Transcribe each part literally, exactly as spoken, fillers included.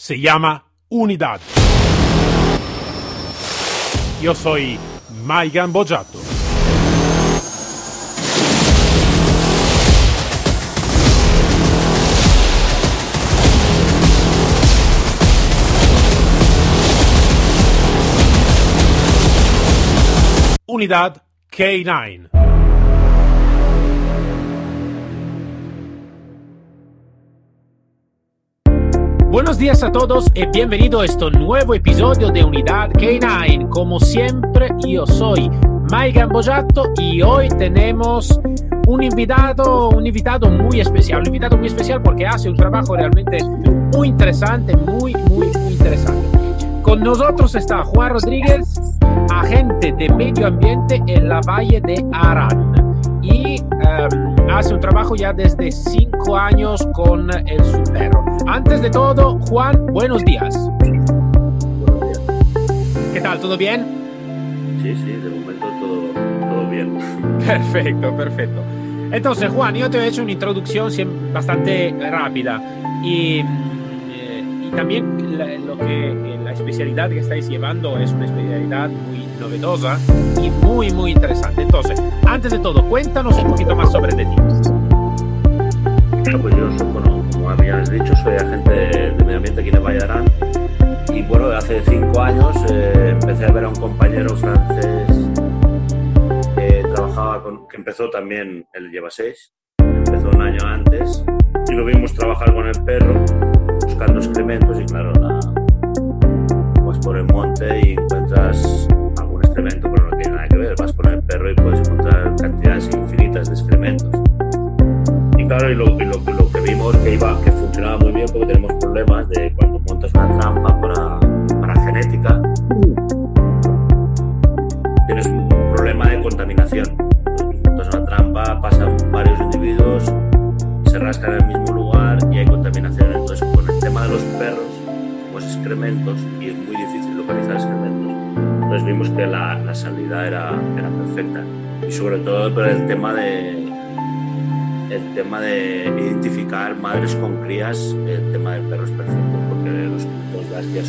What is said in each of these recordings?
se llama Unidad. Yo soy Maigan Bojato. Unidad K nueve. Buenos días a todos y bienvenido a este nuevo episodio de Unidad K nueve. Como siempre, yo soy Maigan Bojato y hoy tenemos un invitado, un invitado muy especial, un invitado muy especial porque hace un trabajo realmente muy interesante, muy, muy, muy interesante. Con nosotros está Juan Rodríguez, agente de medio ambiente en la Valle de Arán, y um, hace un trabajo ya desde cinco años con el su perro. Antes de todo, Juan, buenos días. Buenos días. ¿Qué tal? ¿Todo bien? Sí, sí, de momento todo, todo bien. Perfecto, perfecto. Entonces, Juan, yo te he hecho una introducción bastante rápida y, y también la, lo que, la especialidad que estáis llevando es una especialidad muy novedosa y muy, muy interesante. Entonces, antes de todo, cuéntanos un poquito más sobre de ti. Bueno, pues yo soy, bueno, como habías dicho, soy agente de, de medio ambiente aquí en el Valle de Arán. Y bueno, hace cinco años eh, empecé a ver a un compañero francés que trabajaba con, que empezó también, él lleva seis, empezó un año antes y lo vimos trabajar con el perro buscando excrementos y claro, la, vas por el monte y encuentras algún excremento, pero no tiene nada que ver, vas con el perro y puedes encontrar cantidades infinitas de excrementos. Y claro, y lo, y lo, lo que vimos que iba, que funcionaba muy bien porque tenemos problemas de cuando montas una trampa para, para genética, tienes un problema de contaminación. Montas una trampa, pasan varios individuos, se rascan en el mismo lugar y hay contaminación. Entonces, con el tema de los perros, como es excrementos y es muy difícil localizar excrementos, entonces vimos que la, la salida era, era perfecta. Y sobre todo por el tema de el tema de identificar madres con crías, el tema del perro es perfecto porque los los gastias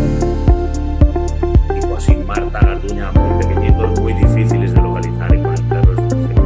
son tipo así Marta, Garduña, muy pequeñitos, muy difíciles de localizar y con el perro es perfecto.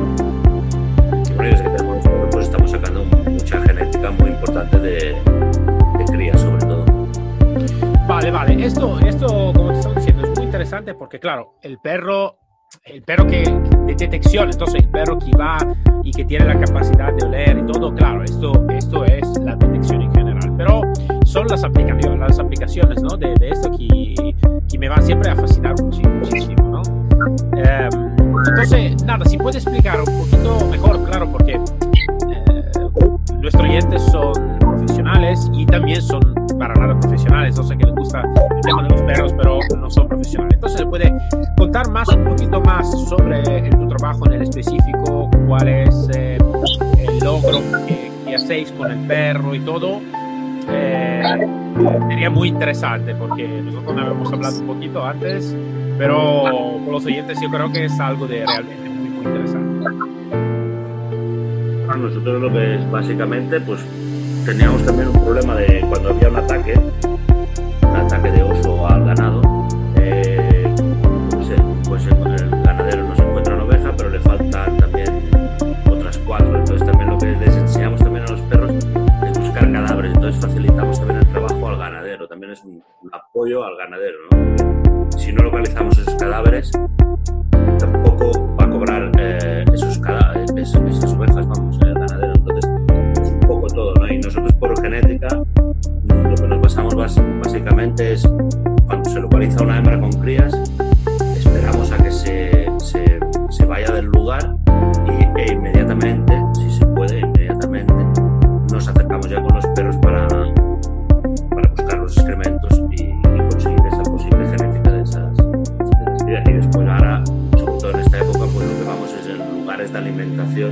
Y bueno, desde que tenemos perros pues estamos sacando mucha genética muy importante de, de crías sobre todo. Vale, vale, esto, esto como te estaba diciendo es muy interesante porque claro, el perro el perro que de detección, entonces el perro que va y que tiene la capacidad de oler y todo, claro, esto, esto es la detección en general, pero son las aplicaciones, las aplicaciones, ¿no? de, de esto que, que me van siempre a fascinar muchísimo, muchísimo, ¿no? Eh, entonces, nada, si puedes explicar un poquito mejor, claro, porque eh, nuestros oyentes son profesionales y también son para nada profesionales, o sea que les gusta el tema de los perros, pero no son profesionales. Entonces, ¿se puede contar más, un poquito más sobre el, tu trabajo en el específico? ¿Cuál es eh, el logro que, que hacéis con el perro y todo? Eh, sería muy interesante porque nosotros no habíamos hablado un poquito antes, pero con los oyentes yo creo que es algo de realmente muy, muy interesante. Bueno, nosotros lo que es básicamente, pues teníamos también un problema de cuando había un ataque, un ataque de oso al ganado, eh, pues, pues el ganadero no se encuentra una oveja, pero le faltan también otras cuatro. Entonces también lo que les enseñamos también a los perros es buscar cadáveres. Entonces facilitamos también el trabajo al ganadero, también es un, un apoyo al ganadero, ¿no? Si no localizamos esos cadáveres, tampoco va a cobrar eh, esos cadáveres, esas, esas ovejas, vamos, el ganadero. Entonces es un poco todo, ¿no? Y nosotros por genética lo que nos basamos básicamente es cuando se localiza una hembra con crías, esperamos a que se, se, se vaya del lugar y, e inmediatamente, si se puede, inmediatamente nos acercamos ya con los perros para, para buscar los excrementos y, y conseguir esa posible genética de esas, de esas crías. Y después ahora, sobre todo en esta época, pues lo que vamos es en lugares de alimentación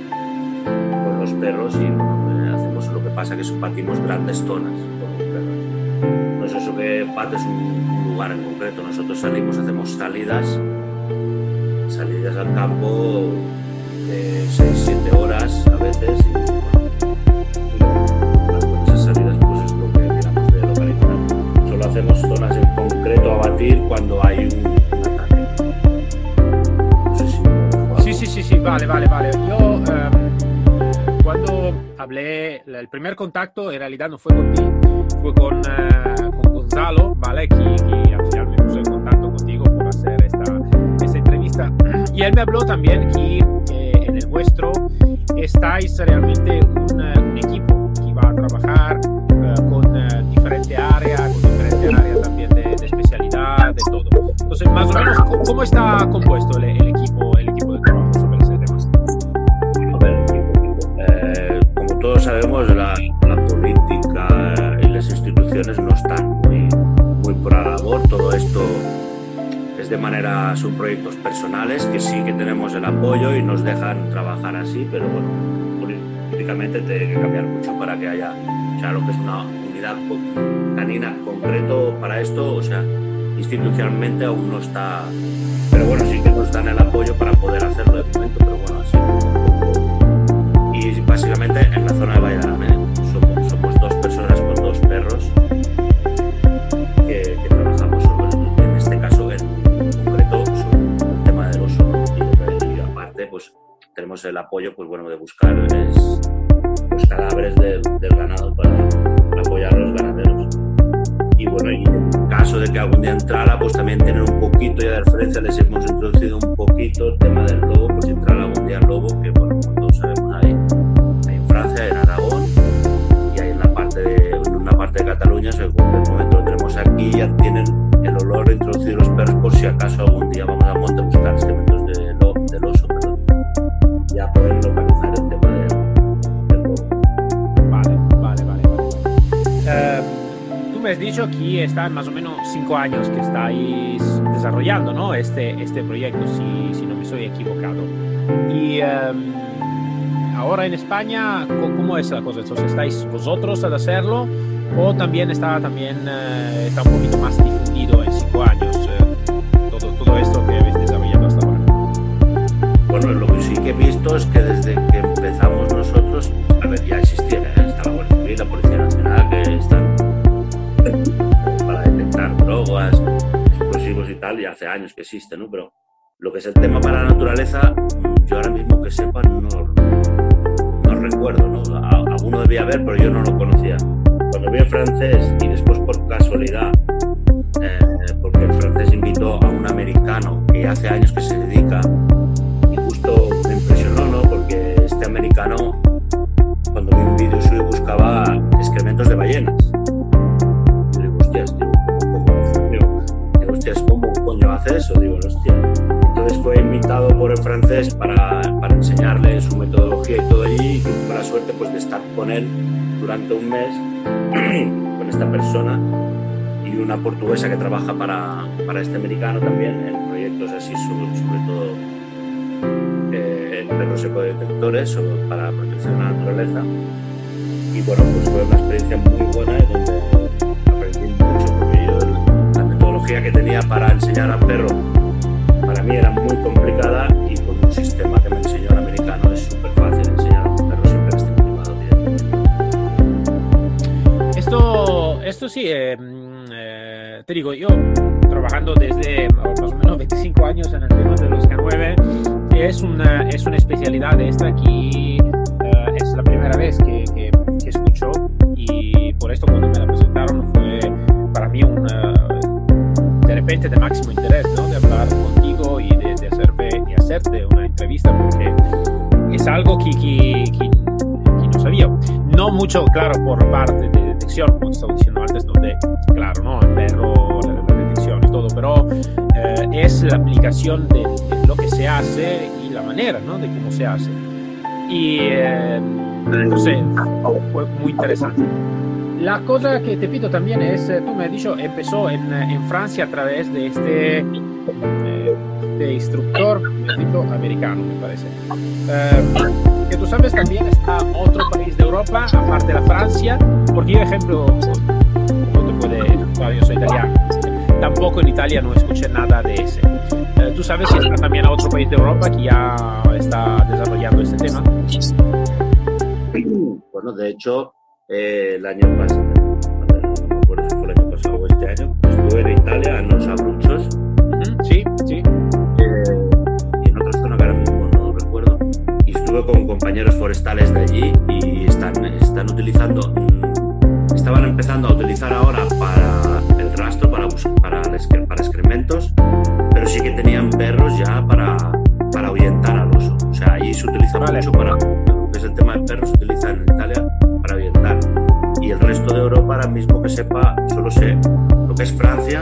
con los perros y bueno, eh, hacemos lo que pasa que es batimos grandes zonas con los perros. No es eso que bates un, un lugar en concreto, nosotros salimos, hacemos salidas, salidas al campo de seis siete horas a veces y, bueno, y con esas salidas pues es lo que miramos de localizar vale, vale, vale. Yo um, cuando hablé, el primer contacto en realidad no fue contigo, fue con, uh, con Gonzalo, ¿vale? Que, que al final me puso en contacto contigo por hacer esta, esta entrevista. Y él me habló también que eh, en el vuestro estáis realmente un, un equipo que va a trabajar uh, con uh, diferentes áreas, con diferentes áreas también de, de especialidad, de todo. Entonces, más o menos, ¿cómo está compuesto el, el equipo, el equipo de trabajo sobre ese tema? A ver, eh, como todos sabemos, la, la política y las instituciones no están muy, muy por la labor. Todo esto es de manera, son proyectos personales que sí que tenemos el apoyo y nos dejan trabajar así, pero bueno, políticamente tiene que cambiar mucho para que haya, o sea, lo que es una unidad canina concreto para esto, o sea, institucionalmente aún no está, pero bueno, sí que nos dan el apoyo para poder hacerlo de momento, pero bueno, así poco. Y básicamente en la zona de Valle de Aramé somos, somos dos personas con dos perros que, que trabajamos sobre, en este caso en concreto sobre el tema del oso, y, y aparte pues tenemos el apoyo pues bueno de buscar es, los cadáveres del, del ganado para apoyar a los ganaderos. Y bueno, y en caso de que algún día entrara, pues también tener un poquito ya de referencia, les hemos introducido un poquito el tema del lobo, pues si entrara algún día el lobo, que bueno, como todos sabemos, hay, hay en Francia, en Aragón, y hay en, la parte de, en una parte de Cataluña, en el momento lo tenemos aquí, ya tienen el olor introducido de los perros, por si acaso algún día vamos a monte a buscar excrementos de lo, del oso, perdón, ya pueden localizar el tema del, del lobo. Vale, vale, vale, vale. Uh... Me has dicho que están más o menos cinco años que estáis desarrollando, ¿no? este, este proyecto, si, si no me soy equivocado. Y um, ahora en España, ¿cómo es la cosa? Entonces, ¿estáis vosotros a hacerlo o también está, también, uh, está un poquito más difundido en cinco años uh, todo, todo esto que habéis desarrollado hasta ahora? Bueno, lo que sí que he visto es que desde que empezamos nosotros, a ver, ya existía, ¿eh? Está la Guardia Civil, la Policía Nacional, que están para detectar drogas, explosivos y tal, y hace años que existe, ¿no? Pero lo que es el tema para la naturaleza, yo ahora mismo que sepa no, no recuerdo, ¿no? Alguno debía haber, pero yo no lo conocía. Cuando vi el francés y después por casualidad, eh, porque el francés invitó a un americano que hace años que se dedica, y justo me impresionó, ¿no? Porque este americano, cuando vi un vídeo suyo, buscaba excrementos de ballenas. Hostias, digo, ¿cómo, cómo, digo, digo, hostias, ¿cómo coño hace eso? Digo, hostia. Entonces fue invitado por el francés para, para enseñarle su metodología y todo allí, y tuve la suerte pues de estar con él durante un mes, con esta persona, y una portuguesa que trabaja para, para este americano también, en proyectos así, sobre, sobre todo eh, perros ecodetectores, sobre, para protección de la naturaleza. Y bueno, pues fue una experiencia muy buena, donde mucho, porque yo la metodología que tenía para enseñar al perro para mí era muy complicada, y con un sistema que me enseñó el americano es súper fácil enseñar a un perro siempre que esté motivado bien. Esto, esto sí, eh, eh, te digo, yo trabajando desde más o menos veinticinco años en el tema de los K nueve, es una, es una especialidad esta que uh, es la primera vez que, que, que escucho, y por esto cuando me la presentaron fue para mí un, uh, de repente de máximo interés, ¿no? De hablar contigo y de, de, hacerme, de hacerte una entrevista, porque es algo que, que, que, que no sabía. No mucho, claro, por parte de detección, como te estaba diciendo antes, donde, claro, ¿no? El perro, la, la detección y todo, pero eh, es la aplicación de, de lo que se hace y la manera, ¿no? De cómo se hace. Y eh, entonces fue muy interesante. La cosa que te pido también es, tú me has dicho, empezó en, en Francia a través de este, eh, este instructor americano, me parece. Eh, que tú sabes, también está otro país de Europa, aparte de la Francia, porque yo, ejemplo, como te puede, claro, yo soy italiano, tampoco en Italia no escuché nada de ese. Eh, ¿Tú sabes si está también a otro país de Europa que ya está desarrollando este tema? Bueno, de hecho, eh, el año pasado, no me acuerdo si fue el año pasado o este año, estuve en Italia, en los Abruzos. Uh-huh, sí, sí. Eh, y en otra zona que ahora mismo no recuerdo. utilizar ahora para el rastro, para, para, para excrementos, pero sí que tenían perros ya para, para ahuyentar al oso. O sea, allí se utiliza vale. mucho para... Es el tema de perros, se utiliza en Italia para ahuyentar. Y el resto de Europa, ahora mismo que sepa, solo sé lo que es Francia,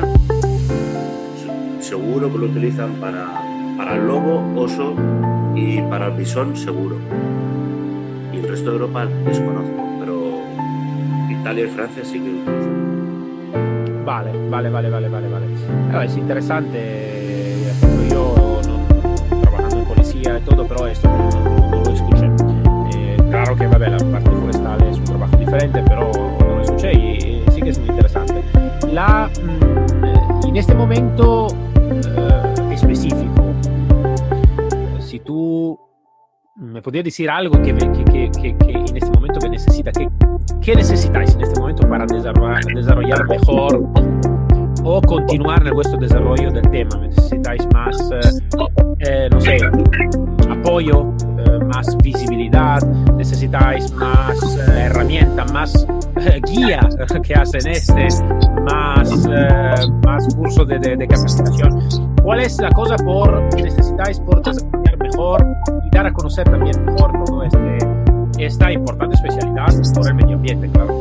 seguro que lo utilizan para, para el lobo, oso y para el bisón, seguro. Y el resto de Europa desconozco, pero Italia y Francia sí que lo utilizan. Vale, vale, vale, vale, vale, vale. Allora, es interesante, yo no, trabajando en policía y todo, pero esto no, no, no lo escuché. Eh, claro que, vabbè, la parte forestal es un trabajo diferente, pero no lo escuché y, y sí que es muy interesante. La, mh, en este momento uh, específico, si tú me podrías decir algo que, que, que, que, que en este momento que necesita, que, ¿qué necesitáis en este momento para desarrollar, desarrollar mejor o continuar en vuestro desarrollo del tema? ¿Necesitáis más, eh, eh, no sé, apoyo, eh, más visibilidad? ¿Necesitáis más eh, herramientas, más eh, guía que hacen este, más, eh, más cursos de, de, de capacitación? ¿Cuál es la cosa por que necesitáis por desarrollar mejor y dar a conocer también mejor todo este, esta importante especialidad por el medio ambiente, claro?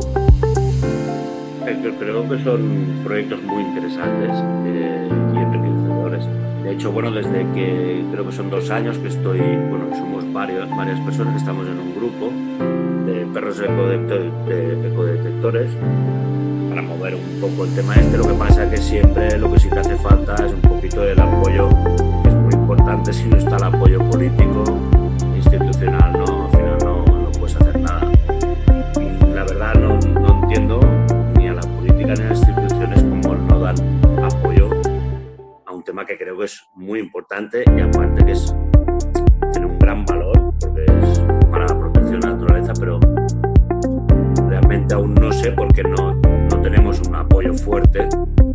Creo que son proyectos muy interesantes eh, y enriquecedores. De hecho, bueno, desde que creo que son dos años que estoy, bueno, somos varios, varias personas que estamos en un grupo de perros ecodetectores para mover un poco el tema este. Lo que pasa es que siempre lo que sí que hace falta es un poquito el apoyo, que es muy importante. Si no está el apoyo político, institucional, no, al final no, no puedes hacer nada. La verdad no, no entiendo ni a la política ni a las instituciones como no dan apoyo a un tema que creo que es muy importante y aparte que es, tiene un gran valor porque es para la protección de la naturaleza, pero realmente aún no sé por qué no, no tenemos un apoyo fuerte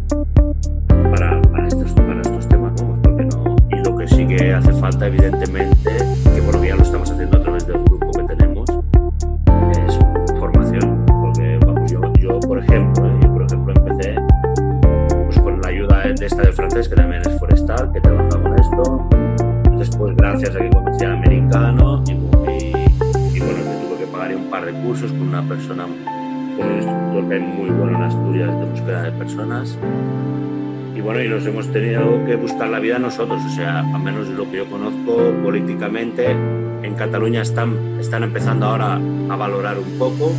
para, para, estos, para estos temas nuevos, porque no. Y lo que sí que hace falta, evidentemente, que bueno, que ya lo estamos haciendo a través del grupo que tenemos, es formación, porque vamos, yo, yo por ejemplo, yo por ejemplo empecé pues, con la ayuda de esta de francés, que también es forestal, que trabaja con esto. Después, gracias a que conocí al americano y, y, y bueno, que tuve que pagar un par de cursos con una persona, con un instructor que hay muy bueno en Asturias de búsqueda de personas. Y bueno, y nos hemos tenido que buscar la vida nosotros, o sea, al menos lo que yo conozco políticamente, en Cataluña están, están empezando ahora a valorar un poco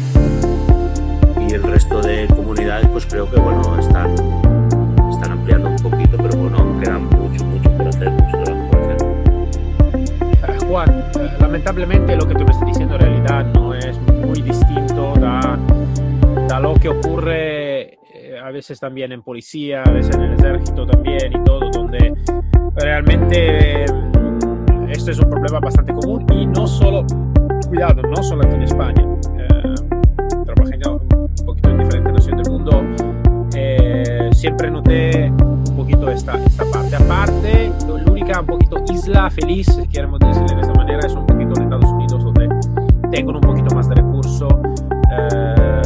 y el resto de comunidades pues creo que bueno, están, están ampliando un poquito, pero bueno, queda mucho, mucho por hacer, mucho trabajo por hacer. Uh, Juan, uh, lamentablemente lo que tú me estás diciendo en realidad no es muy distinto da, da lo que ocurre a veces también en policía, a veces en el ejército también y todo, donde realmente esto es un problema bastante común y no solo, cuidado, no solo aquí en España, eh, trabajando un poquito en diferentes naciones del mundo, eh, siempre noté un poquito esta, esta parte. Aparte, la única un poquito isla feliz, si queremos decirlo de esa manera, es un poquito en Estados Unidos, donde tengo un poquito más de recursos, eh,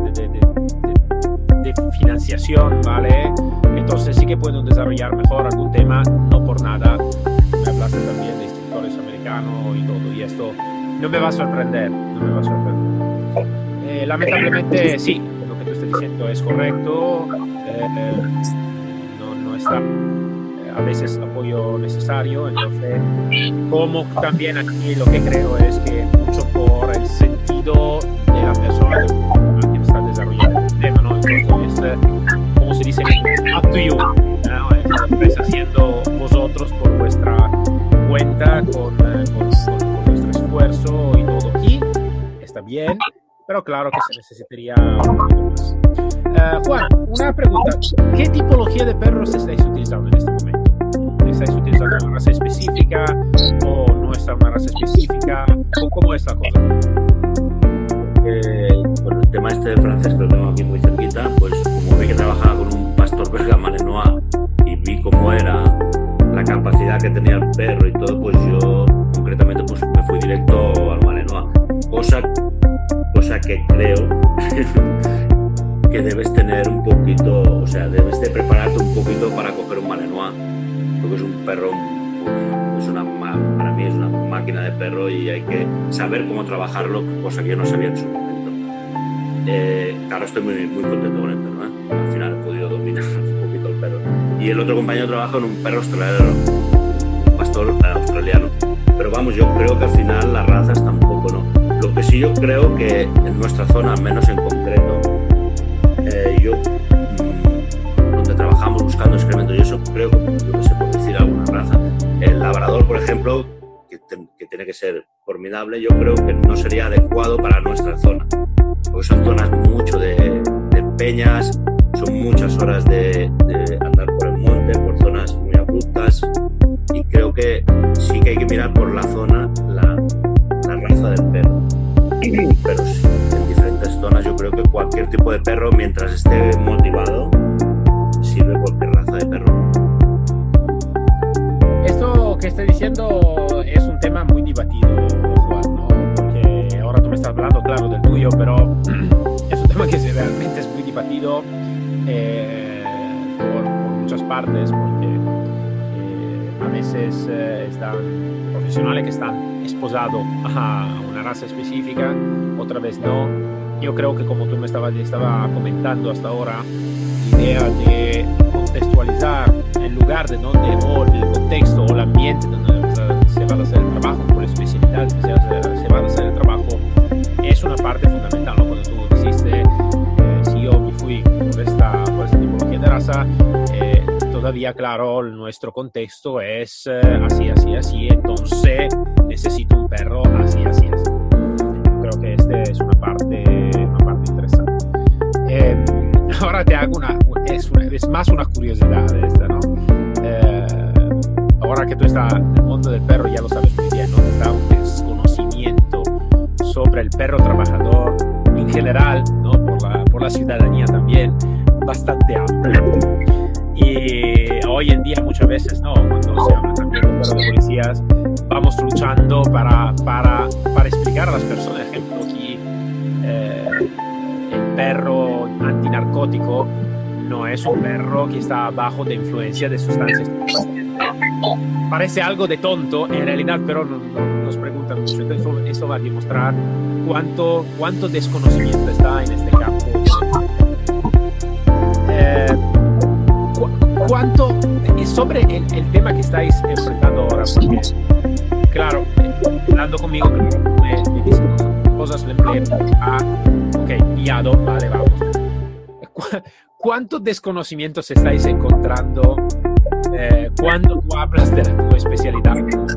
de financiación, ¿vale? Entonces sí que pueden desarrollar mejor algún tema, no por nada. Me hablaste también de instructores americanos y todo, y esto no me va a sorprender, no me va a sorprender. Eh, lamentablemente, sí, lo que tú estás diciendo es correcto, eh, no, no está eh, a veces apoyo necesario, entonces, como también aquí lo que creo es que mucho por el sentido de la persona que está desarrollando el tema, ¿no? Entonces, eh, como se dice, up to you, ¿no? Lo estáis haciendo vosotros por vuestra cuenta, con, eh, con, con, con vuestro esfuerzo y todo. Y está bien, pero claro que se necesitaría un poquito más. Uh, Juan, una pregunta. ¿Qué tipología de perros estáis utilizando en este momento? ¿Estáis utilizando una raza específica o no está una raza específica? ¿O cómo es la cosa? Eh, bueno, el tema este de francés que lo tengo aquí muy cerquita, pues como vi que trabajaba con un pastor belga malinois y vi cómo era la capacidad que tenía el perro y todo, pues yo concretamente pues me fui directo al malinois, cosa, cosa que creo que debes tener un poquito, o sea, debes de prepararte un poquito para coger un Malinois, porque es un perro, es una, para mí es una máquina de perro y hay que saber cómo trabajarlo, cosa que yo no sabía en su momento. Eh, claro, estoy muy, muy contento con el perro, ¿eh? Al final he podido dominar un poquito el perro. Y el otro compañero trabaja en un perro australiano, un pastor australiano. Pero vamos, yo creo que al final la raza está un poco, ¿no? Lo que sí yo creo que en nuestra zona, menos en concreto, eh, yo, mmm, donde trabajamos buscando excrementos y eso, creo que, yo se puede decir alguna raza. El labrador, por ejemplo, que, ten, que tiene que ser formidable, yo creo que no sería adecuado para nuestra zona. Porque son zonas mucho de, de peñas, son muchas horas de, de andar por el monte, por zonas muy abruptas. Y creo que sí que hay que mirar por la zona la, la raza del perro. Pero sí, en diferentes zonas yo creo que cualquier tipo de perro, mientras esté motivado, sirve cualquier raza de perro. Esto que estoy diciendo es un tema muy debatido, Juan, ¿no? Porque ahora tú me estás hablando, claro, del tuyo, pero es un tema que realmente es muy debatido eh, por, por muchas partes, porque a veces eh, están profesionales que están esposados a una raza específica, otra vez no. Yo creo que como tú me estabas estaba comentando hasta ahora, la idea de contextualizar el lugar de donde, o el contexto o el ambiente donde se va a hacer el trabajo, por especialidad que se, hace, se va a hacer el trabajo, es una parte fundamental, ¿no? Cuando tú dijiste, eh, si yo me fui por esta, por esta tipología de raza, eh, todavía, claro, nuestro contexto es eh, así, así, así, entonces necesito un perro así, así, así. Yo creo que esta es una parte, una parte interesante. Eh, ahora te hago una es, una, es más una curiosidad esta, ¿no? Eh, ahora que tú estás en el mundo del perro, ya lo sabes muy bien, ¿no? Está un desconocimiento sobre el perro trabajador en general, ¿no? Por la, por la ciudadanía también, bastante amplio. Y hoy en día muchas veces, ¿no? Cuando se habla también de perros de policías, vamos luchando para, para, para explicar a las personas, por ejemplo, que eh, el perro antinarcótico no es un perro que está bajo de influencia de sustancias estupefacientes. Parece algo de tonto, en realidad, pero no, no, nos preguntan mucho. Entonces, eso, eso va a demostrar cuánto, cuánto desconocimiento está en este campo. Eh, cu ¿Cuánto, sobre el, el tema que estáis enfrentando ahora? Porque, claro, hablando conmigo, me, me dicen cosas, le empleé, ah, ok, pillado, vale, vamos. ¿Cuántos desconocimientos estáis encontrando eh, cuando tú hablas de tu especialidad?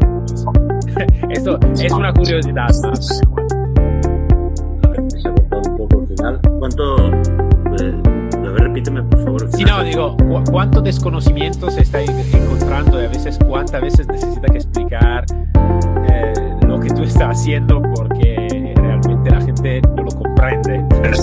Esto es una curiosidad más. A ver, se ha cortado un poco al final. ¿Cuánto? Eh, a ver, repíteme, por favor. Sí, no, digo, ¿cu ¿cuántos desconocimientos estáis encontrando y a veces cuántas veces necesita que explicar eh, lo que tú estás haciendo porque realmente la gente no lo comprende?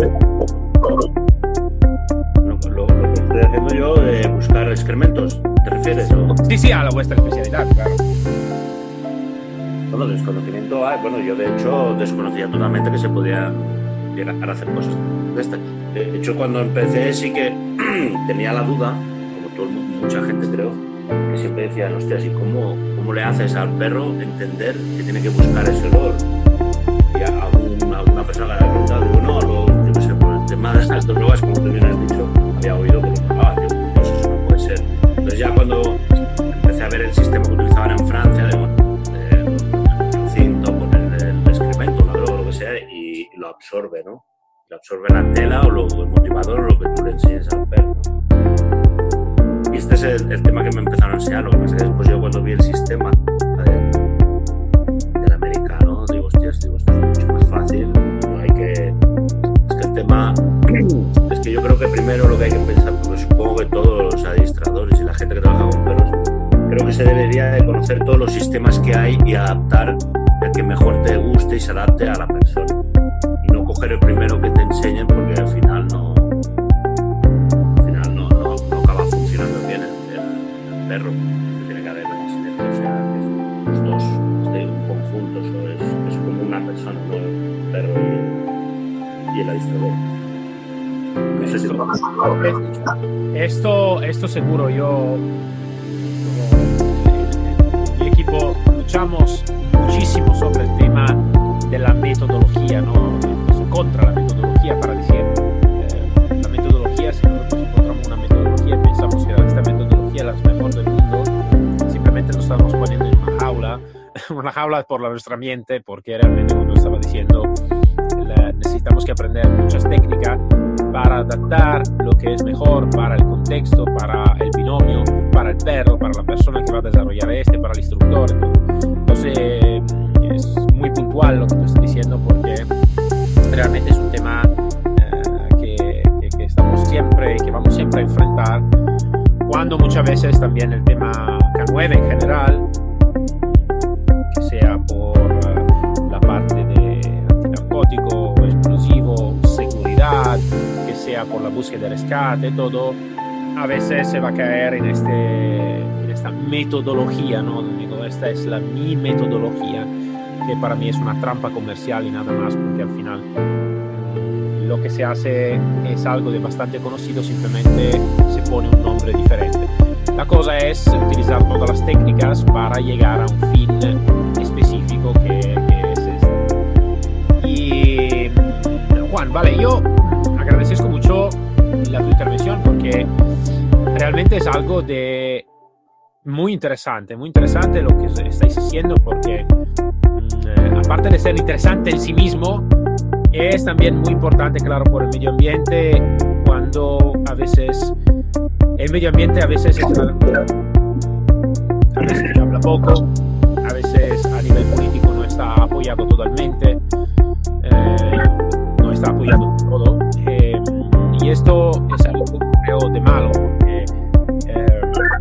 Lo, lo que estoy haciendo yo de buscar excrementos, ¿te refieres? ¿O? Sí, sí, a la vuestra especialidad, claro. Bueno, desconocimiento hay. Bueno, yo de hecho desconocía totalmente que se podía llegar a hacer cosas de estas. De hecho, cuando empecé sí que tenía la duda, como todo el mundo, mucha gente creo, que siempre decían, hostias, ¿y cómo, cómo le haces al perro entender que tiene que buscar ese olor? Y a algún, alguna persona que le ha preguntado, digo, no, lo, yo qué sé, por el tema de estas drogas, como tú bien has dicho, había oído que no, ah, tío, pues eso no puede ser. Entonces ya cuando empecé a ver el sistema que utilizaban en Francia, de, de, el cinto, poner el excremento, la droga, lo que sea, y, y lo absorbe, ¿no? Lo absorbe la tela o lo, el motivador o lo que tú le enseñes al perro, ¿no? Y este es el, el tema que me empezaron a enseñar. Lo que pasa es que después yo cuando vi el sistema del, del americano, digo, hostias, digo, esto es mucho más fácil, no hay que... Es que el tema... Es que yo creo que primero lo que hay que pensar, porque supongo que todos los adiestradores y la gente que trabaja con perros, creo que se debería de conocer todos los sistemas que hay y adaptar el que mejor te guste y se adapte a la persona. Y no coger el primero que te enseñen porque al final no, al final no, no, no acaba funcionando bien el, el, el perro. Tiene que haber una sinergia, o sea, que los dos estén conjuntos, o es, es como una persona, ¿no? El perro y, y el adiestrador. esto, esto, esto seguro, yo, mi equipo luchamos muchísimo sobre el tema de la metodología, ¿no? Contra la metodología, para decir, eh, la metodología, si nosotros encontramos una metodología, pensamos que esta metodología es la mejor del mundo, simplemente nos estamos poniendo en una jaula, una jaula por la nuestra mente, porque realmente, como estaba diciendo, la, necesitamos que aprender muchas técnicas para adaptar lo que es mejor para el contexto, para el binomio, para el perro, para la persona que va a desarrollar este, para el instructor. Entonces, es muy puntual lo que tú estás diciendo, porque realmente es un tema eh, que, que, que estamos siempre, que vamos siempre a enfrentar, cuando muchas veces también el tema K nueve en general, que sea por uh, la parte de antinarcótico, explosivo, seguridad, que sea por la búsqueda de rescate, todo, a veces se va a caer en, este, en esta metodología, ¿no? Digo, esta es la mi metodología, que para mí es una trampa comercial y nada más, porque al final lo que se hace es algo de bastante conocido, simplemente se pone un nombre diferente. La cosa es utilizar todas las técnicas para llegar a un fin específico que, que es este. Y Juan, vale, yo agradezco mucho la tu intervención, porque realmente es algo de muy interesante, muy interesante lo que estáis haciendo, porque Eh, aparte de ser interesante en sí mismo, es también muy importante, claro, por el medio ambiente, cuando a veces el medio ambiente a veces, es, a veces se habla poco, a veces a nivel político no está apoyado totalmente, eh, no está apoyado todo, eh, y esto es algo que creo de malo, porque eh,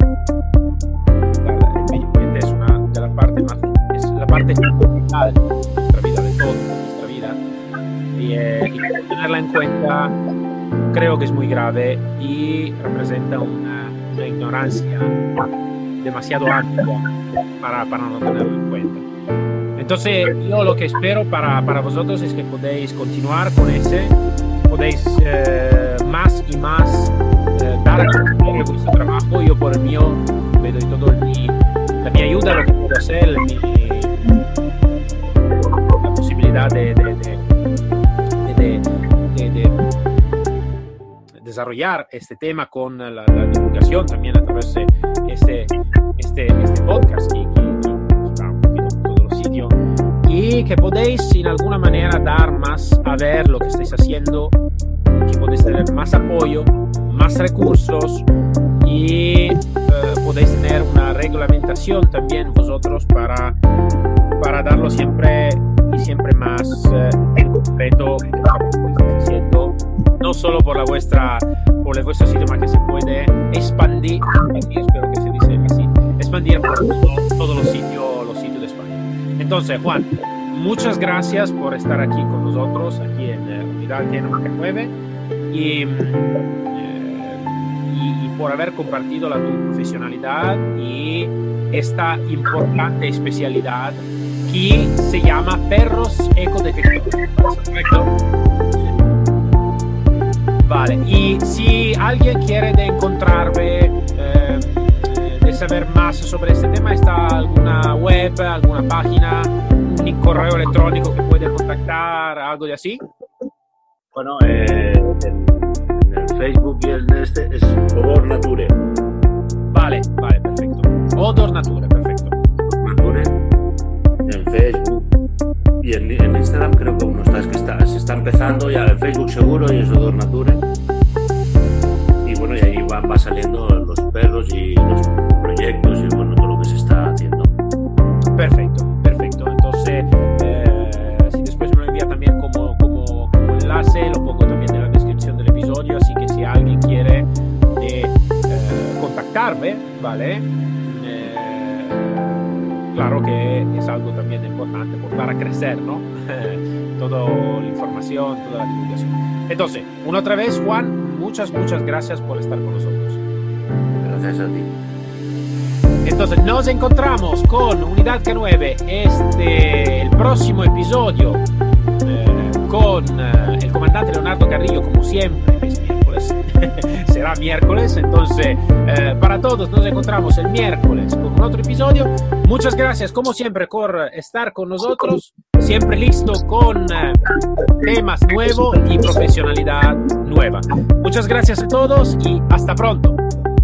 la, el medio ambiente es una de las partes más, es la parte fundamental de nuestra vida, de todo, de nuestra vida, y, eh, y tenerla en cuenta creo que es muy grave y representa una, una ignorancia demasiado amplia para, para no tenerlo en cuenta. Entonces yo lo que espero para, para vosotros es que podéis continuar con ese, podéis eh, más y más eh, dar a conocer vuestro trabajo. Yo por el mío me doy todo el mi, la mi ayuda, lo que puedo hacer, la, mi, la posibilidad de, de, de, de, de, de, de desarrollar este tema con la, la divulgación también a través de este, este, este podcast que, que, que va un poquito por todos los sitios, y que podéis en alguna manera dar más a ver lo que estáis haciendo, que podéis tener más apoyo, más recursos, y eh, podéis tener una reglamentación también vosotros para, para darlo siempre y siempre más eh, en concreto el trabajo que estáis haciendo, no solo por la vuestra por el vuestro sitio, más que se puede expandir, expandir espero que se dice así, expandir por todo, todos los sitios los sitios de España. Entonces, Juan, muchas gracias por estar aquí con nosotros, aquí en eh, Unidad K nueve, y, eh, y, y por haber compartido la tu profesionalidad y esta importante especialidad que se llama perros ecodetectores, ¿correcto? Vale, y si alguien quiere de encontrarme, eh, de saber más sobre este tema, ¿está alguna web, alguna página, un correo electrónico que puede contactar, algo de así? Bueno, eh, en, en el Facebook y el este es Odor Nature. Vale, vale, perfecto. Odor Nature, perfecto. Nature, en Facebook. Y en, en Instagram creo que uno está, es que está, se está empezando ya, en Facebook seguro, y es Odor Nature. Y bueno, y ahí va, va saliendo los perros y los proyectos y bueno, todo lo que se está haciendo. Perfecto, perfecto. Entonces, eh, si después me lo envía también como, como, como enlace, lo pongo también en la descripción del episodio, así que si alguien quiere de, eh, contactarme, ¿vale? Claro que es algo también importante por dar a crecer, ¿no? Toda la información, toda la divulgación. Entonces, una otra vez, Juan, muchas, muchas gracias por estar con nosotros. Gracias a ti. Entonces, nos encontramos con Unidad K nueve, este, el próximo episodio, eh, con eh, el comandante Leonardo Carrillo, como siempre, es miércoles pues será miércoles. Entonces, eh, para todos nos encontramos el miércoles con otro episodio. Muchas gracias, como siempre, por estar con nosotros. Siempre listo con eh, temas nuevos y profesionalidad nueva. Muchas gracias a todos y hasta pronto.